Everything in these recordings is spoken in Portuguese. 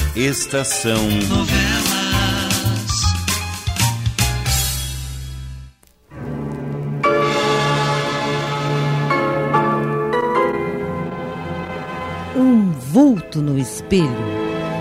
Estação Novelas. Um vulto no espelho.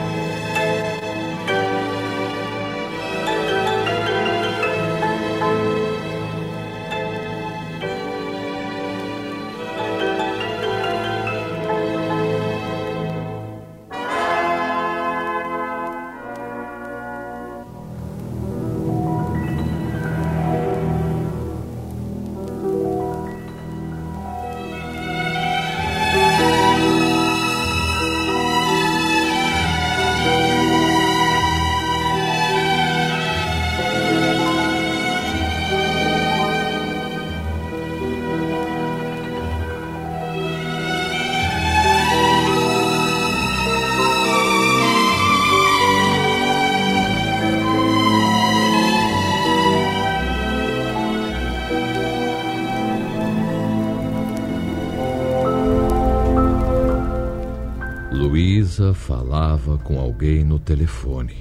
Luísa falava com alguém no telefone.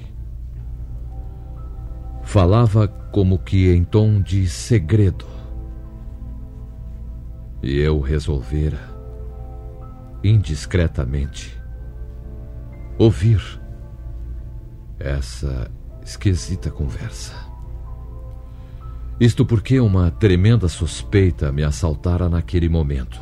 Falava como que em tom de segredo. E eu resolvera, indiscretamente, ouvir essa esquisita conversa. Isto porque uma tremenda suspeita me assaltara naquele momento.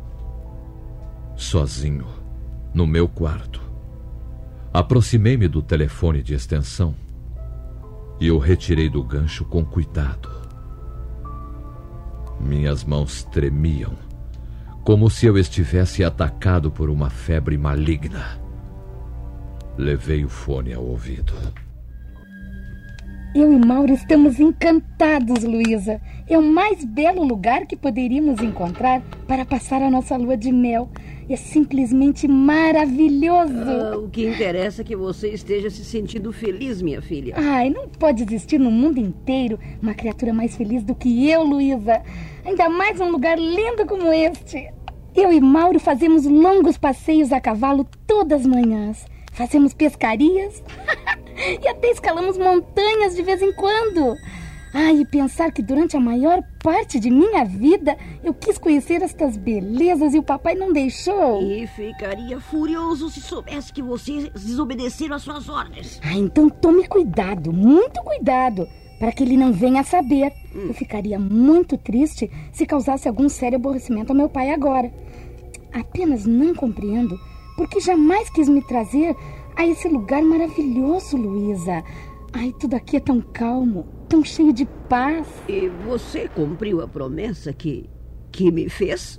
Sozinho, no meu quarto, aproximei-me do telefone de extensão e o retirei do gancho com cuidado. Minhas mãos tremiam, como se eu estivesse atacado por uma febre maligna. Levei o fone ao ouvido. Eu e Mauro estamos encantados, Luísa. É o mais belo lugar que poderíamos encontrar para passar a nossa lua de mel. É simplesmente maravilhoso. O que interessa é que você esteja se sentindo feliz, minha filha. Ai, não pode existir no mundo inteiro uma criatura mais feliz do que eu, Luísa. Ainda mais um lugar lindo como este. Eu e Mauro fazemos longos passeios a cavalo todas as manhãs. Fazemos pescarias e até escalamos montanhas de vez em quando. E pensar que durante a maior parte de minha vida eu quis conhecer estas belezas e o papai não deixou. E ficaria furioso se soubesse que vocês desobedeceram às suas ordens. Então tome cuidado, muito cuidado, para que ele não venha a saber. Eu ficaria muito triste se causasse algum sério aborrecimento ao meu pai agora. Apenas não compreendo porque jamais quis me trazer a esse lugar maravilhoso, Luísa. Tudo aqui é tão calmo, tão cheio de paz. E você cumpriu a promessa que me fez?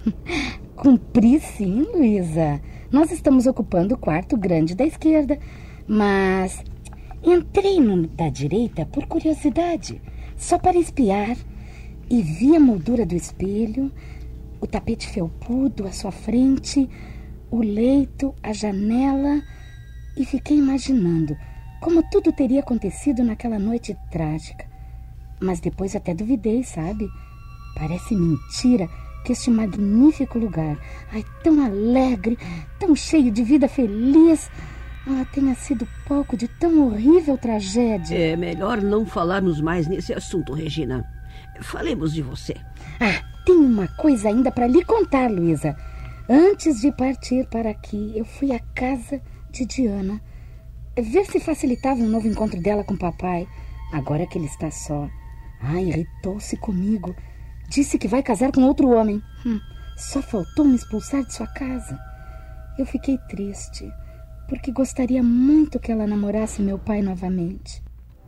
Cumpri sim, Luísa. Nós estamos ocupando o quarto grande da esquerda, mas entrei no da direita por curiosidade, só para espiar, e vi a moldura do espelho, o tapete felpudo à sua frente, o leito, a janela, e fiquei imaginando como tudo teria acontecido naquela noite trágica. Mas depois até duvidei, sabe? Parece mentira que este magnífico lugar, tão alegre, tão cheio de vida feliz, tenha sido palco de tão horrível tragédia. É melhor não falarmos mais nesse assunto, Regina. Falemos de você. Tem uma coisa ainda para lhe contar, Luísa. Antes de partir para aqui, eu fui à casa de Diana ver se facilitava um novo encontro dela com o papai, agora que ele está só. Irritou-se comigo. Disse que vai casar com outro homem. Só faltou me expulsar de sua casa. Eu fiquei triste, porque gostaria muito que ela namorasse meu pai novamente.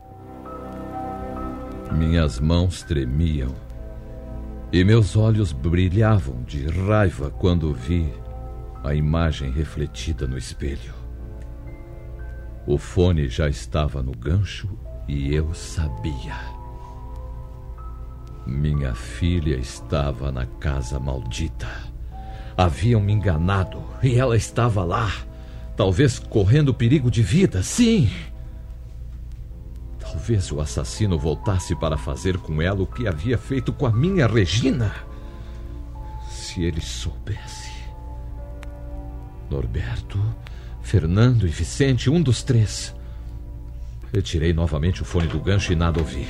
Minhas mãos tremiam e meus olhos brilhavam de raiva quando vi a imagem refletida no espelho. O fone já estava no gancho e eu sabia. Minha filha estava na casa maldita. Haviam me enganado e ela estava lá, talvez correndo perigo de vida, sim. Talvez o assassino voltasse para fazer com ela o que havia feito com a minha Regina. Se ele soubesse. Norberto Fernando e Vicente, um dos três. Retirei novamente o fone do gancho e nada ouvi.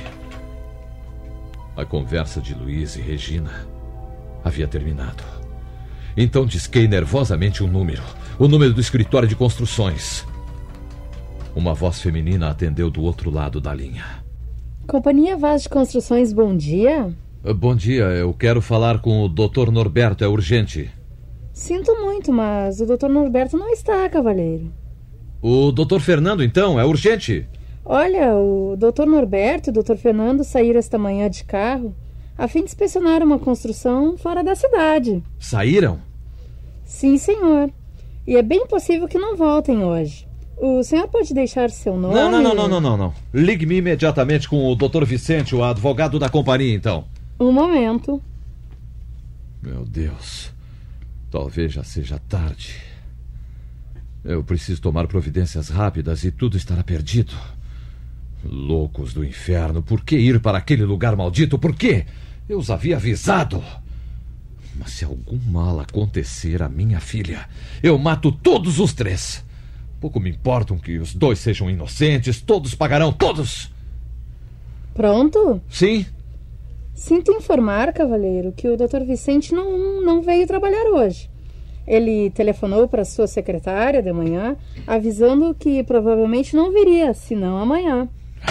A conversa de Luiz e Regina havia terminado. Então disquei nervosamente um número. O número do escritório de construções. Uma voz feminina atendeu do outro lado da linha. Companhia Vaz de Construções, bom dia. Bom dia, eu quero falar com o Dr. Norberto, é urgente. Sinto muito, mas o Dr. Norberto não está, cavalheiro. O Dr. Fernando, então, é urgente. Olha, o Dr. Norberto e o Dr. Fernando saíram esta manhã de carro a fim de inspecionar uma construção fora da cidade. Saíram? Sim, senhor. E é bem possível que não voltem hoje. O senhor pode deixar seu nome? Não. Ligue-me imediatamente com o Dr. Vicente, o advogado da companhia, então. Um momento. Meu Deus. Talvez já seja tarde. Eu preciso tomar providências rápidas e tudo estará perdido. Loucos do inferno, por que ir para aquele lugar maldito? Por quê? Eu os havia avisado. Mas se algum mal acontecer à minha filha, eu mato todos os três. Pouco me importam que os dois sejam inocentes. Todos pagarão, todos. Pronto? Sim. Sinto informar, cavalheiro, que o Dr. Vicente não veio trabalhar hoje. Ele telefonou para sua secretária de manhã, avisando que provavelmente não viria, senão amanhã.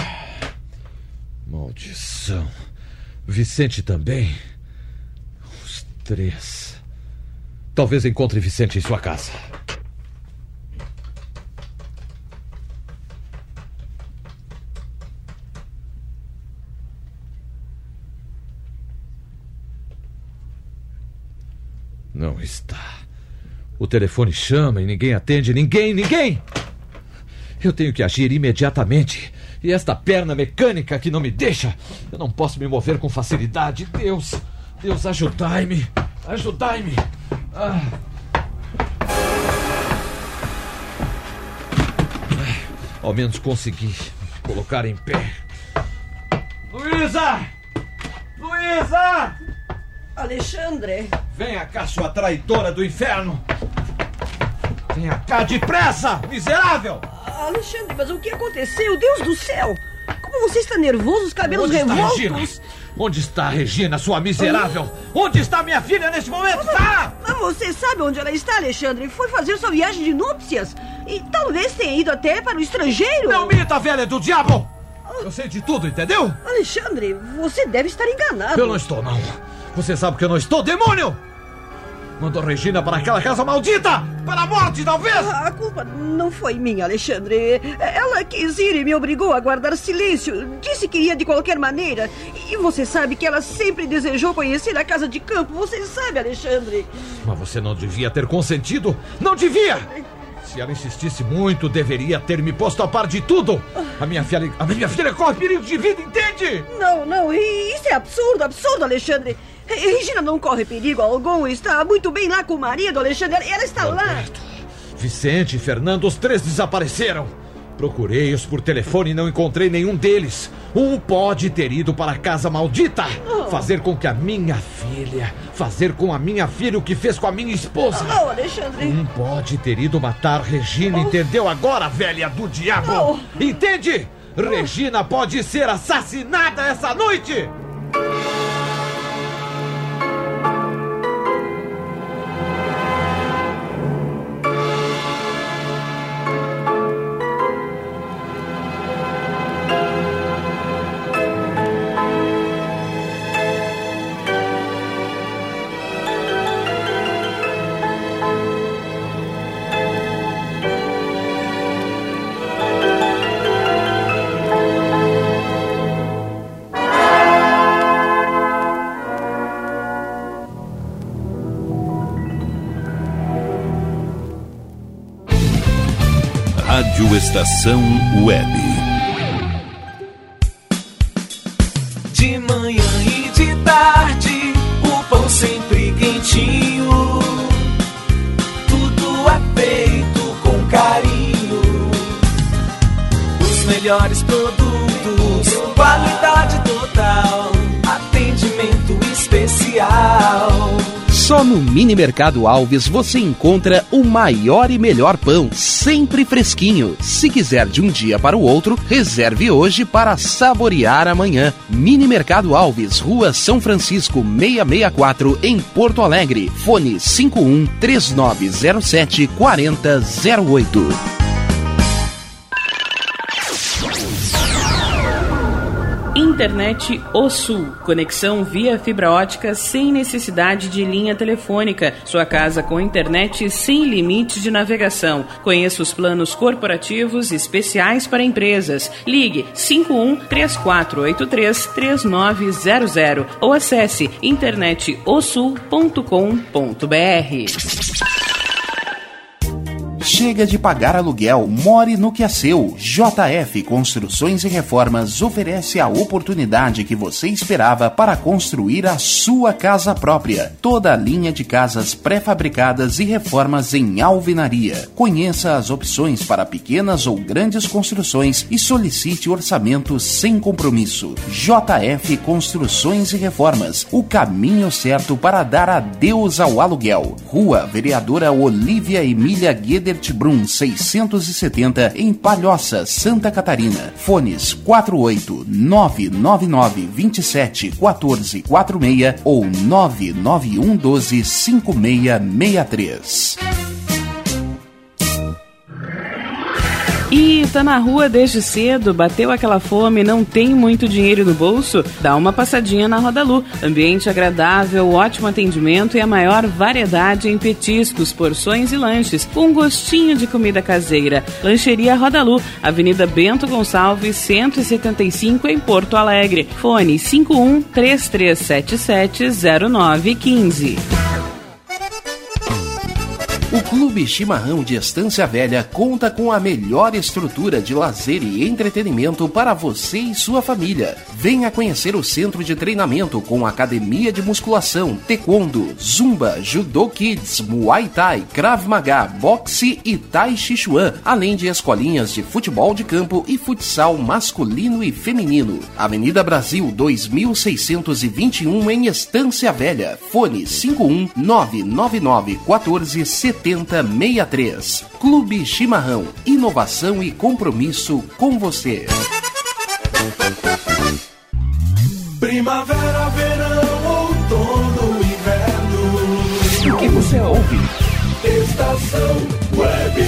Maldição. Vicente também. Os três. Talvez encontre Vicente em sua casa. Não está. O telefone chama e ninguém atende. Ninguém! Eu tenho que agir imediatamente. E esta perna mecânica que não me deixa. Eu não posso me mover com facilidade. Deus, ajudai-me. Ao menos consegui me colocar em pé. Luísa! Alexandre! Venha cá, sua traidora do inferno! Venha cá depressa, miserável! Alexandre, mas o que aconteceu? Deus do céu! Como você está nervoso, os cabelos revoltos! Onde está a Regina, sua miserável? Onde está minha filha neste momento? Mas você sabe onde ela está, Alexandre? Foi fazer sua viagem de núpcias. E talvez tenha ido até para o estrangeiro. Não minta, velha do diabo! Eu sei de tudo, entendeu? Alexandre, você deve estar enganado. Eu não estou, não. Você sabe que eu não estou, demônio! Mandou Regina para aquela casa maldita! Para a morte, talvez! A culpa não foi minha, Alexandre. Ela quis ir e me obrigou a guardar silêncio. Disse que ia de qualquer maneira. E você sabe que ela sempre desejou conhecer a casa de campo. Você sabe, Alexandre. Mas você não devia ter consentido. Não devia! Se ela insistisse muito, deveria ter me posto a par de tudo. A minha filha corre perigo de vida, entende? Não. Isso é absurdo, Alexandre. Regina não corre perigo algum. Está muito bem lá com o marido, Alexandre. Ela está Norberto, lá. Vicente e Fernando, os três desapareceram. Procurei-os por telefone e não encontrei nenhum deles. Um pode ter ido para a casa maldita. Fazer com a minha filha o que fez com a minha esposa. Alexandre. Um pode ter ido matar Regina, entendeu agora, velha do diabo? Entende? Regina pode ser assassinada essa noite. Rádio Estação Web. De manhã e de tarde, o pão sempre quentinho. Tudo é feito com carinho. Os melhores produtos, qualidade total, atendimento especial. Só no Mini Mercado Alves você encontra o maior e melhor pão, sempre fresquinho. Se quiser de um dia para o outro, reserve hoje para saborear amanhã. Mini Mercado Alves, Rua São Francisco 664, em Porto Alegre. Fone 51-3907-4008. Internet O Sul. Conexão via fibra ótica sem necessidade de linha telefônica. Sua casa com internet sem limite de navegação. Conheça os planos corporativos especiais para empresas. Ligue 51-3483-3900 ou acesse internetosul.com.br. Chega de pagar aluguel, more no que é seu. JF Construções e Reformas oferece a oportunidade que você esperava para construir a sua casa própria. Toda a linha de casas pré-fabricadas e reformas em alvenaria. Conheça as opções para pequenas ou grandes construções e solicite orçamento sem compromisso. JF Construções e Reformas, o caminho certo para dar adeus ao aluguel. Rua Vereadora Olívia Emília Gueder Brum 670, em Palhoça, Santa Catarina. Fones 48999271446 ou 991125663. E tá na rua desde cedo, bateu aquela fome, não tem muito dinheiro no bolso? Dá uma passadinha na Rodalu. Ambiente agradável, ótimo atendimento e a maior variedade em petiscos, porções e lanches, com gostinho de comida caseira. Lancheria Rodalu, Avenida Bento Gonçalves, 175, em Porto Alegre. Fone 51-3377-0915. O Clube Chimarrão de Estância Velha conta com a melhor estrutura de lazer e entretenimento para você e sua família. Venha conhecer o centro de treinamento com academia de musculação, taekwondo, zumba, judô kids, muay thai, krav maga, boxe e tai chi chuan, além de escolinhas de futebol de campo e futsal masculino e feminino. Avenida Brasil 2621, em Estância Velha. Fone 51-999-147063. Clube Chimarrão, inovação e compromisso com você. Primavera, verão, outono, inverno. O que você ouve? Estação Web.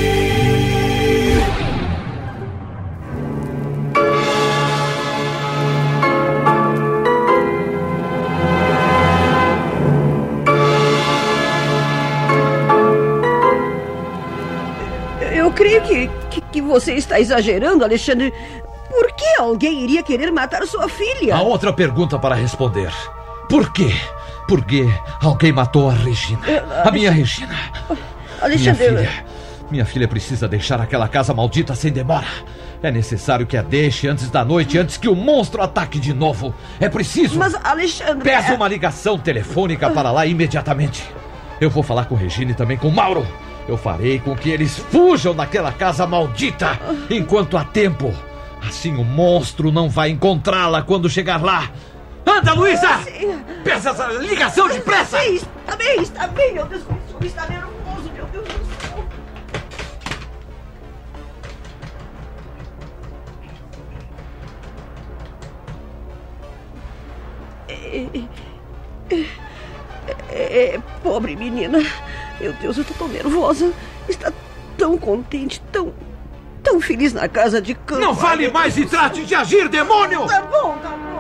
Eu creio que você está exagerando, Alexandre. Por que alguém iria querer matar sua filha? A outra pergunta para responder. Por quê? Por que alguém matou a Regina? A minha Regina. Alexandre... Minha filha precisa deixar aquela casa maldita sem demora. É necessário que a deixe antes da noite, antes que o monstro ataque de novo. É preciso. Mas, Alexandre... Peça uma ligação telefônica para lá imediatamente. Eu vou falar com Regina e também com Mauro. Eu farei com que eles fujam daquela casa maldita enquanto há tempo. Assim o monstro não vai encontrá-la quando chegar lá. Anda, Luísa! Peça essa ligação depressa! Sim, está bem, meu Deus, como está nervoso, meu Deus do céu. Pobre menina. Meu Deus, eu tô tão nervosa. Está tão contente, tão feliz na casa de campo. Não fale mais e trate de agir, demônio! Tá bom.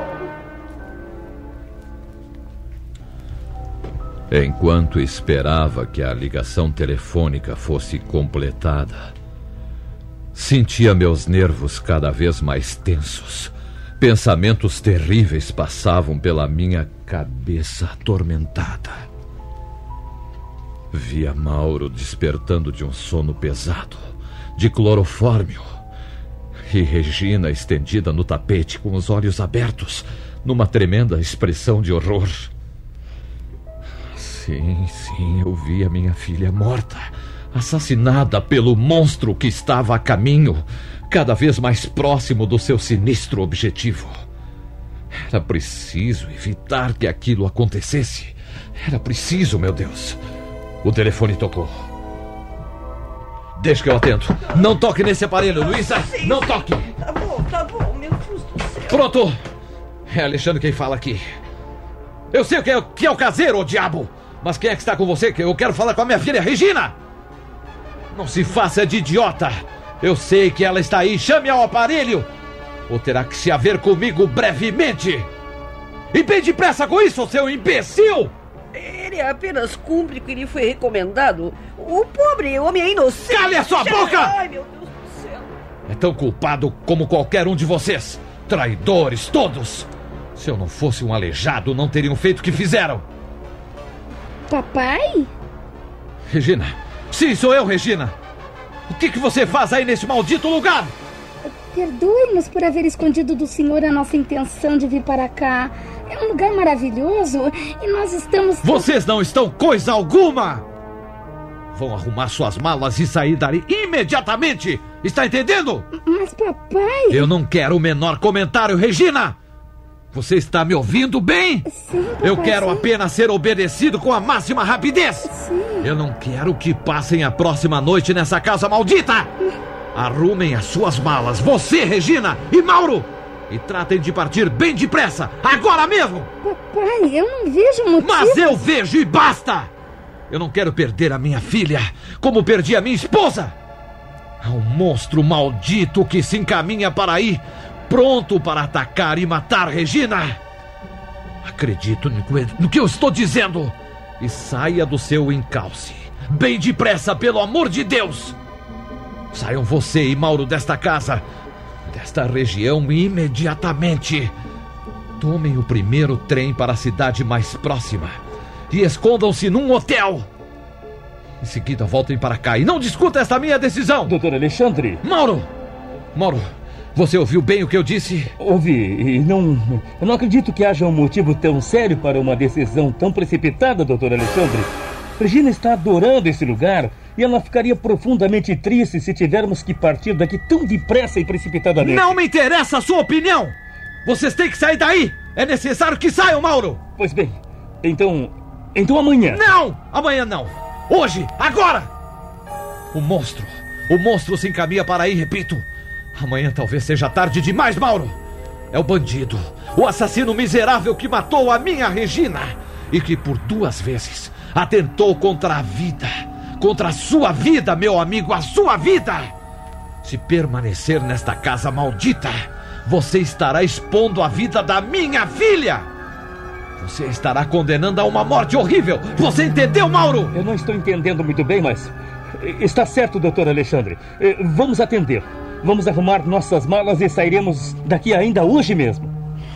Enquanto esperava que a ligação telefônica fosse completada, sentia meus nervos cada vez mais tensos. Pensamentos terríveis passavam pela minha cabeça atormentada. Via Mauro despertando de um sono pesado, de clorofórmio, e Regina estendida no tapete com os olhos abertos, numa tremenda expressão de horror. Sim, eu via minha filha morta, assassinada pelo monstro que estava a caminho, cada vez mais próximo do seu sinistro objetivo. Era preciso evitar que aquilo acontecesse. Era preciso, meu Deus. O telefone tocou. Deixa que eu atendo. Não toque nesse aparelho, Luísa. Não toque. Tá bom, meu Deus do céu. Pronto. É Alexandre quem fala aqui. Eu sei que é o caseiro, ô diabo. Mas quem é que está com você? Que eu quero falar com a minha filha, Regina. Não se faça de idiota. Eu sei que ela está aí. Chame ao aparelho. Ou terá que se haver comigo brevemente. E bem depressa com isso, seu imbecil. Ele apenas cumpre o que lhe foi recomendado. O pobre homem é inocente. Cale a sua boca! Ai, meu Deus do céu. É tão culpado como qualquer um de vocês. Traidores todos. Se eu não fosse um aleijado, não teriam feito o que fizeram. Papai? Regina. Sim, sou eu, Regina. O que você faz aí nesse maldito lugar? Perdoe-nos por haver escondido do senhor a nossa intenção de vir para cá. É um lugar maravilhoso e nós estamos... Vocês não estão coisa alguma! Vão arrumar suas malas e sair dali imediatamente! Está entendendo? Mas, papai... Eu não quero o menor comentário, Regina! Você está me ouvindo bem? Sim, papai, eu quero apenas ser obedecido com a máxima rapidez! Sim. Eu não quero que passem a próxima noite nessa casa maldita! Arrumem as suas malas, você, Regina e Mauro! E tratem de partir bem depressa, agora mesmo! Papai, eu não vejo motivo... Mas eu vejo e basta! Eu não quero perder a minha filha, como perdi a minha esposa! Há um monstro maldito que se encaminha para aí, pronto para atacar e matar Regina! Acredito no que eu estou dizendo! E saia do seu encalce, bem depressa, pelo amor de Deus! Saiam você e Mauro desta casa, desta região imediatamente. Tomem o primeiro trem para a cidade mais próxima e escondam-se num hotel. Em seguida voltem para cá e não discuta esta minha decisão. Doutor Alexandre. Mauro, você ouviu bem o que eu disse? Ouvi, e eu não acredito que haja um motivo tão sério para uma decisão tão precipitada, doutor Alexandre. Regina está adorando esse lugar e ela ficaria profundamente triste se tivermos que partir daqui tão depressa e precipitadamente. Não me interessa a sua opinião! Vocês têm que sair daí! É necessário que saiam, Mauro! Pois bem, então amanhã. Não! Amanhã não! Hoje! Agora! O monstro se encaminha para aí, repito. Amanhã talvez seja tarde demais, Mauro! É o bandido, o assassino miserável que matou a minha Regina e que por 2 vezes atentou contra a vida, contra a sua vida, meu amigo, a sua vida. Se permanecer nesta casa maldita, você estará expondo a vida da minha filha. Você estará condenando a uma morte horrível. Você entendeu, Mauro? Eu não estou entendendo muito bem, mas está certo, doutor Alexandre. Vamos atender. Vamos arrumar nossas malas e sairemos daqui ainda hoje mesmo.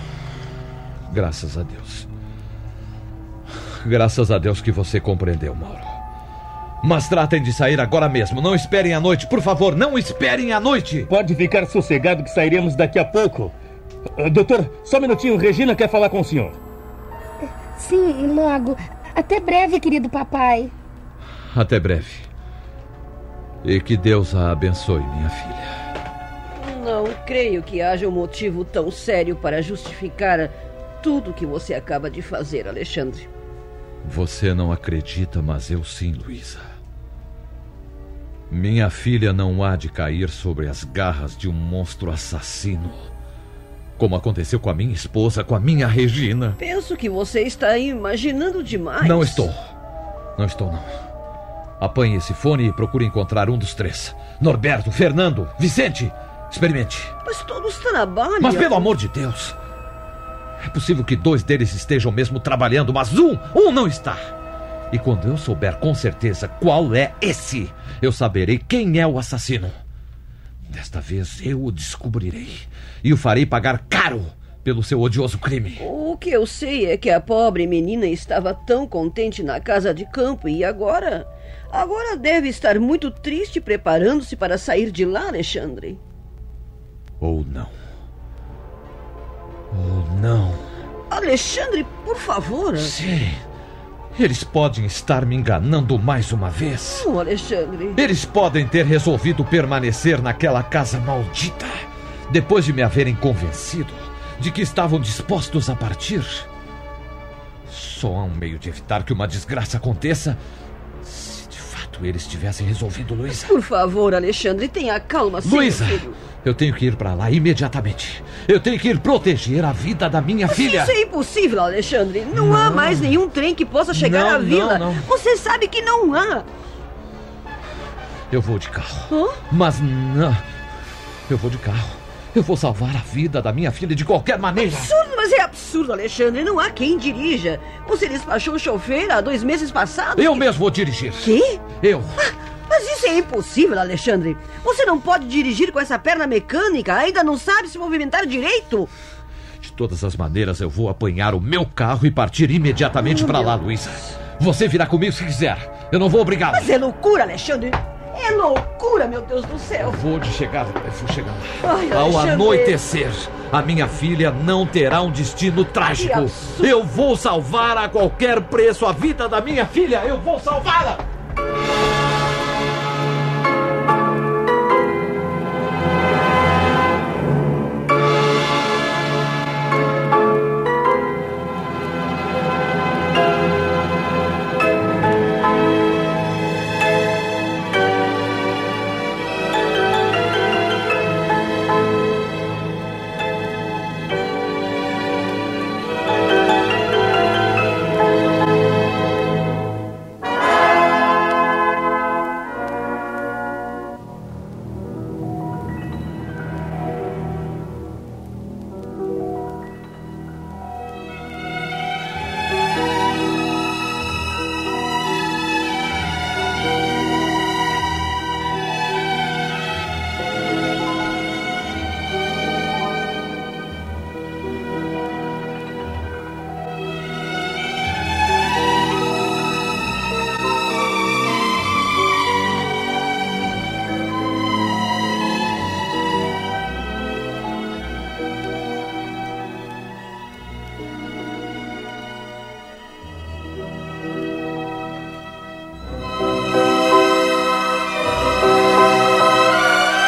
Graças a Deus. Graças a Deus que você compreendeu, Mauro. Mas tratem de sair agora mesmo. Não esperem a noite, por favor, não esperem a noite. Pode ficar sossegado que sairemos daqui a pouco. Doutor, só um minutinho, Regina quer falar com o senhor. Sim, logo. Até breve, querido papai. Até breve. E que Deus a abençoe, minha filha. Não creio que haja um motivo tão sério para justificar tudo que você acaba de fazer, Alexandre. Você não acredita, mas eu sim, Luísa. Minha filha não há de cair sobre as garras de um monstro assassino, como aconteceu com a minha esposa, com a minha Regina. Penso que você está imaginando demais. Não estou. Apanhe esse fone e procure encontrar um dos 3. Norberto, Fernando, Vicente. Experimente. Mas todos trabalham. Mas pelo amor de Deus. É possível que 2 deles estejam mesmo trabalhando, mas um não está. E quando eu souber com certeza qual é esse, eu saberei quem é o assassino. Desta vez eu o descobrirei e o farei pagar caro pelo seu odioso crime. O que eu sei é que a pobre menina estava tão contente na casa de campo e agora deve estar muito triste preparando-se para sair de lá, Alexandre. Ou não. Oh, não. Alexandre, por favor. Sim. Eles podem estar me enganando mais uma vez. Não, Alexandre. Eles podem ter resolvido permanecer naquela casa maldita depois de me haverem convencido de que estavam dispostos a partir. Só há um meio de evitar que uma desgraça aconteça. Se de fato eles tivessem resolvido, Luísa. Por favor, Alexandre, tenha calma, Luísa, filho. eu tenho que ir para lá imediatamente. Eu tenho que ir proteger a vida da minha filha. Isso é impossível, Alexandre. Não há mais nenhum trem que possa chegar à vila. Não. Você sabe que não há. Eu vou de carro. Mas não. Eu vou de carro. Eu vou salvar a vida da minha filha de qualquer maneira. Absurdo, mas é absurdo, Alexandre. Não há quem dirija. Você despachou o chofer há 2 meses passados. Eu mesmo vou dirigir. Quê? Eu. Mas isso é impossível, Alexandre. Você não pode dirigir com essa perna mecânica. Ainda não sabe se movimentar direito. De todas as maneiras, eu vou apanhar o meu carro e partir imediatamente para lá, Luísa. Você virá comigo se quiser. Eu não vou obrigá-la. Mas é loucura, Alexandre. É loucura, meu Deus do céu. Eu vou chegar lá. Ai, ao Alexandre. anoitecer, a minha filha não terá um destino trágico. Eu vou salvar a qualquer preço a vida da minha filha. Eu vou salvá-la.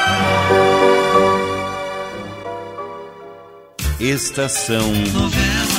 Estação Novela.